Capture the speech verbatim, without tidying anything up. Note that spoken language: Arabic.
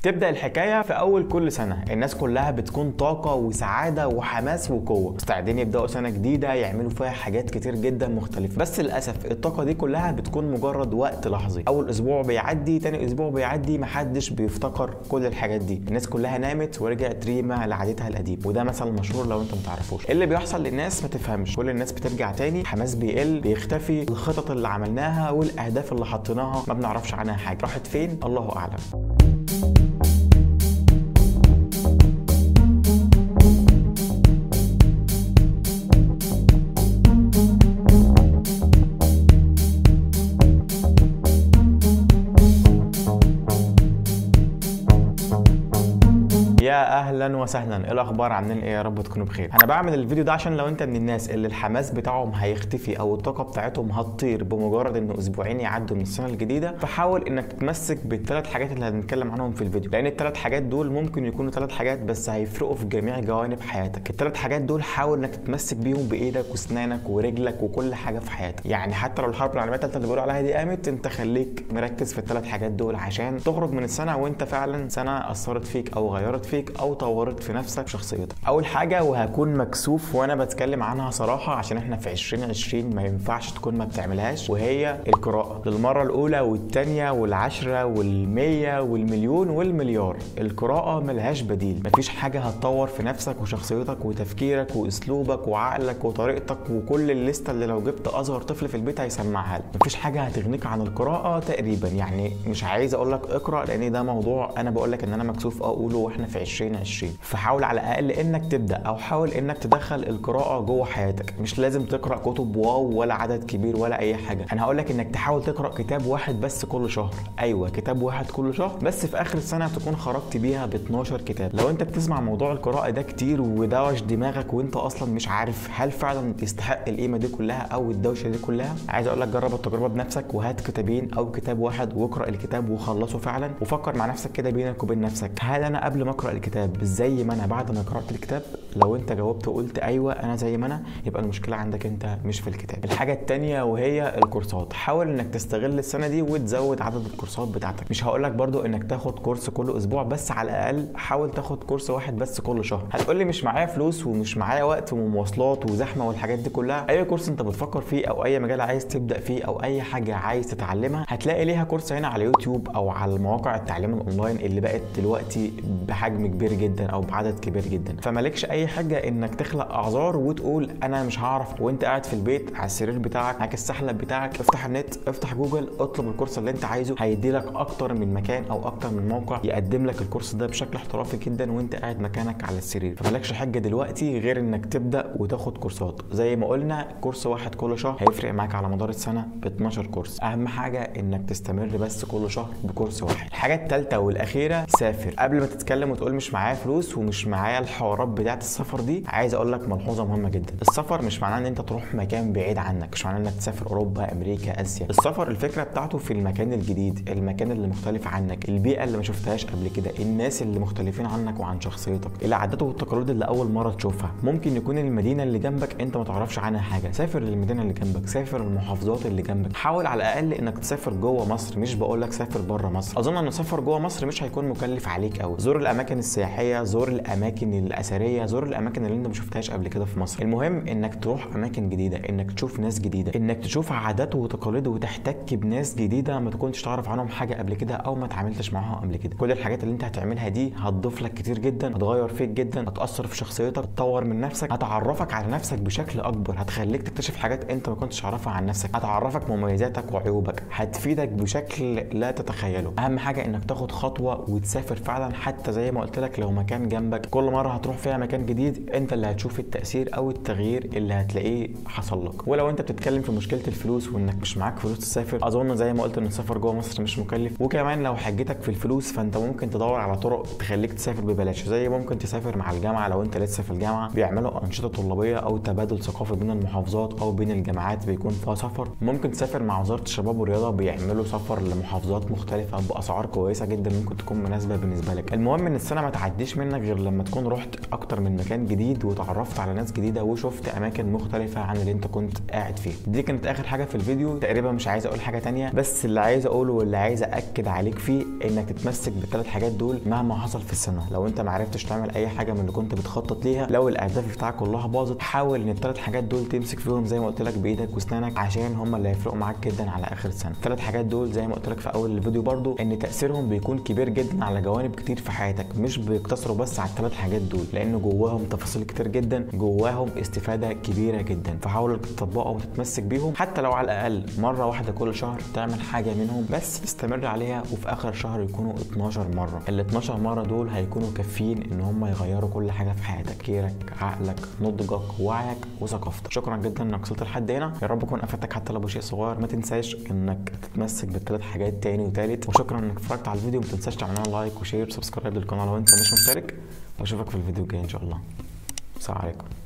تبدأ الحكاية في أول كل سنة، الناس كلها بتكون طاقة وسعادة وحماس وقوة، مستعدين يبدأوا سنة جديدة يعملوا فيها حاجات كتير جدا مختلفة. بس للأسف الطاقة دي كلها بتكون مجرد وقت لحظي، أول أسبوع بيعدي، تاني أسبوع بيعدي، محدش بيفتكر كل الحاجات دي، الناس كلها نامت ورجعت ريما لعادتها القديمة. وده مثل مشهور لو أنت متعرفوش. اللي بيحصل للناس ما تفهمش، كل الناس بترجع تاني، حماس بيقل، بيختفي، الخطط اللي عملناها والأهداف اللي حطيناها ما بنعرفش عنها حاجة، راحت فين الله أعلم. يا اهلا وسهلا، ايه الاخبار؟ عاملين ايه؟ يا رب تكونوا بخير. انا بعمل الفيديو ده عشان لو انت من الناس اللي الحماس بتاعهم هيختفي او الطاقه بتاعتهم هتطير بمجرد ان اسبوعين يعدوا من السنه الجديده، فحاول انك تتمسك بالثلاث حاجات اللي هنتكلم عنهم في الفيديو، لان الثلاث حاجات دول ممكن يكونوا ثلاث حاجات بس هيفرقوا في جميع جوانب حياتك. الثلاث حاجات دول حاول انك تتمسك بيهم بايدك واسنانك ورجلك وكل حاجه في حياتك، يعني حتى لو الحرب العالميه الثالثه اللي بيقولوا عليها دي قامت، انت خليك مركز في الثلاث حاجات دول عشان تخرج من السنه وانت فعلا سنه اثرت فيك او غيرت فيك او طورت في نفسك شخصيتك. اول حاجه وهكون مكسوف وانا بتكلم عنها صراحه عشان احنا في عشرين عشرين ما ينفعش تكون ما بتعملهاش، وهي القراءه. للمره الاولى والثانيه والعشره والمية والمليون والمليار، القراءه ملهاش بديل. مفيش حاجه هتطور في نفسك وشخصيتك وتفكيرك واسلوبك وعقلك وطريقتك وكل الليسته اللي لو جبت اصغر طفل في البيت هيسمعها لك. مفيش حاجه هتغنيك عن القراءه تقريبا، يعني مش عايز اقول لك اقرا لان ده موضوع انا بقول لك ان انا مكسوف اقوله واحنا في عشرين عشرين، فحاول على الاقل انك تبدا او حاول انك تدخل القراءه جوه حياتك. مش لازم تقرا كتب واو ولا عدد كبير ولا اي حاجه، انا هقول لك انك تحاول تقرا كتاب واحد بس كل شهر. ايوه كتاب واحد كل شهر، بس في اخر السنه تكون خرجت بيها ب اتناشر كتاب. لو انت بتسمع موضوع القراءه ده كتير ودوش دماغك وانت اصلا مش عارف هل فعلا تستحق القيمه دي كلها او الدوشه دي كلها، عايز اقول لك جرب التجربه بنفسك وهات كتابين او كتاب واحد واقرا الكتاب وخلصه فعلا، وفكر مع نفسك كده بينك وبين نفسك، هل انا قبل ما اقرا الكتاب زي ما انا بعد ما قرات الكتاب؟ لو انت جاوبت وقلت ايوه انا زي ما انا، يبقى المشكله عندك انت مش في الكتاب. الحاجه الثانيه وهي الكورسات، حاول انك تستغل السنه دي وتزود عدد الكورسات بتاعتك. مش هقول لك برضو انك تاخد كورس كل اسبوع، بس على الاقل حاول تاخد كورس واحد بس كل شهر. هتقول لي مش معايا فلوس ومش معايا وقت ومواصلات وزحمه والحاجات دي كلها، اي كورس انت بتفكر فيه او اي مجال عايز تبدا فيه او اي حاجه عايز تتعلمها هتلاقي ليها كورس هنا على يوتيوب او على مواقع التعليم الاونلاين اللي بقت دلوقتي بحجم كبير جدا او بعدد كبير جدا. فمالكش اي حاجه انك تخلق اعذار وتقول انا مش هعرف وانت قاعد في البيت على السرير بتاعك معاك السحلب بتاعك. افتح النت، افتح جوجل، اطلب الكورس اللي انت عايزه، هيدي لك اكتر من مكان او اكتر من موقع يقدم لك الكورس ده بشكل احترافي جدا وانت قاعد مكانك على السرير. فمالكش حاجه دلوقتي غير انك تبدا وتاخد كورسات. زي ما قلنا كورس واحد كل شهر هيفرق معاك على مدار السنه ب اتناشر كورس. اهم حاجه انك تستمر بس كل شهر بكورس واحد. الحاجه الثالثه والاخيره، سافر. قبل ما تتكلم وتقول مش معايا فلوس ومش معايا الحوارات بتاعت السفر دي، عايز اقول لك ملحوظه مهمه جدا. السفر مش معناه ان انت تروح مكان بعيد عنك، مش معناه انك تسافر اوروبا، امريكا، اسيا. السفر الفكره بتاعته في المكان الجديد، المكان اللي مختلف عنك، البيئه اللي ما شفتهاش قبل كده، الناس اللي مختلفين عنك وعن شخصيتك، العادات والتقاليد اللي اول مره تشوفها. ممكن يكون المدينه اللي جنبك انت ما تعرفش عنها حاجه، سافر للمدينه اللي جنبك، سافر المحافظات اللي جنبك. حاول على الاقل انك تسافر جوه مصر، مش بقول لك سافر بره مصر. اظن ان السفر جوه مصر مش هيكون مكلف عليك قوي. زور الاماكن السياحيه، زور الاماكن الاثريه، زور الاماكن اللي انت ما شفتهاش قبل كده في مصر. المهم انك تروح اماكن جديده، انك تشوف ناس جديده، انك تشوف عادات وتقاليد وتحتك بناس جديده ما تكونش تعرف عنهم حاجه قبل كده او ما اتعاملتش معاهم قبل كده. كل الحاجات اللي انت هتعملها دي هتضيف لك كتير جدا، هتغير فيك جدا، هتاثر في شخصيتك، هتطور من نفسك، هتعرفك على نفسك بشكل اكبر، هتخليك تكتشف حاجات انت ما كنتش تعرفها عن نفسك، هتعرفك مميزاتك وعيوبك، هتفيدك بشكل لا تتخيله. اهم حاجه انك تاخد خطوه وتسافر فعلا، حتى زي ما قلت لك لو مكان جنبك، كل مره هتروح فيها مكان جديد انت اللي هتشوف التاثير او التغيير اللي هتلاقيه حصل لك. ولو انت بتتكلم في مشكله الفلوس وانك مش معاك فلوس تسافر، اظن زي ما قلت ان السفر جوه مصر مش مكلف، وكمان لو حجتك في الفلوس فانت ممكن تدور على طرق تخليك تسافر ببلاش. زي ممكن تسافر مع الجامعه لو انت لسه في الجامعه، بيعملوا انشطه طلابيه او تبادل ثقافي بين المحافظات او بين الجامعات بيكون فيها سفر. ممكن تسافر مع وزاره الشباب والرياضه، بيعملوا سفر لمحافظات مختلفه باسعار كويسه جدا ممكن تكون مناسبه بالنسبه لك. المهم ان السنه السنه ما تعديش منك غير لما تكون رحت اكتر من مكان جديد وتعرفت على ناس جديده وشفت اماكن مختلفه عن اللي انت كنت قاعد فيه. دي كانت اخر حاجه في الفيديو تقريبا، مش عايز اقول حاجه تانية، بس اللي عايز اقوله واللي عايز اكد عليك فيه انك تتمسك بالثلاث حاجات دول مهما حصل في السنه. لو انت ما عرفتش تعمل اي حاجه من اللي كنت بتخطط ليها، لو الاهداف بتاعك كلها باظت، حاول ان الثلاث حاجات دول تمسك فيهم زي ما قلت لك بايدك واسنانك، عشان هم اللي هيفرقوا معاك جدا على اخر السنه. الثلاث حاجات دول زي ما قلت لك في اول الفيديو برضو ان تاثيرهم بيكون كبير جدا على جوانب كتير في حياتك، مش بيقتصروا بس على الثلاث حاجات دول، لان جواهم تفاصيل كتير جدا، جواهم استفاده كبيره جدا. فحاول تطبقهم وتتمسك بيهم، حتى لو على الاقل مره واحده كل شهر تعمل حاجه منهم، بس تستمر عليها وفي اخر الشهر يكونوا اتناشر مره. ال اتناشر مره دول هيكونوا كافيين ان هم يغيروا كل حاجه في حياتك، تفكيرك، عقلك، نضجك، وعيك، وثقافتك. شكرا جدا انك وصلت لحد هنا، يا رب اكون افدتك حتى لو بشيء صغير. ما تنساش انك تتمسك بالثلاث حاجات تاني وتالت، وشكرا انك اتفرجت على الفيديو. ما تنساش تعمل لنا لايك وشير وسبسكرايب للقناه لو انت مش مشترك، واشوفك في الفيديو الجاي ان شاء الله. السلام عليكم.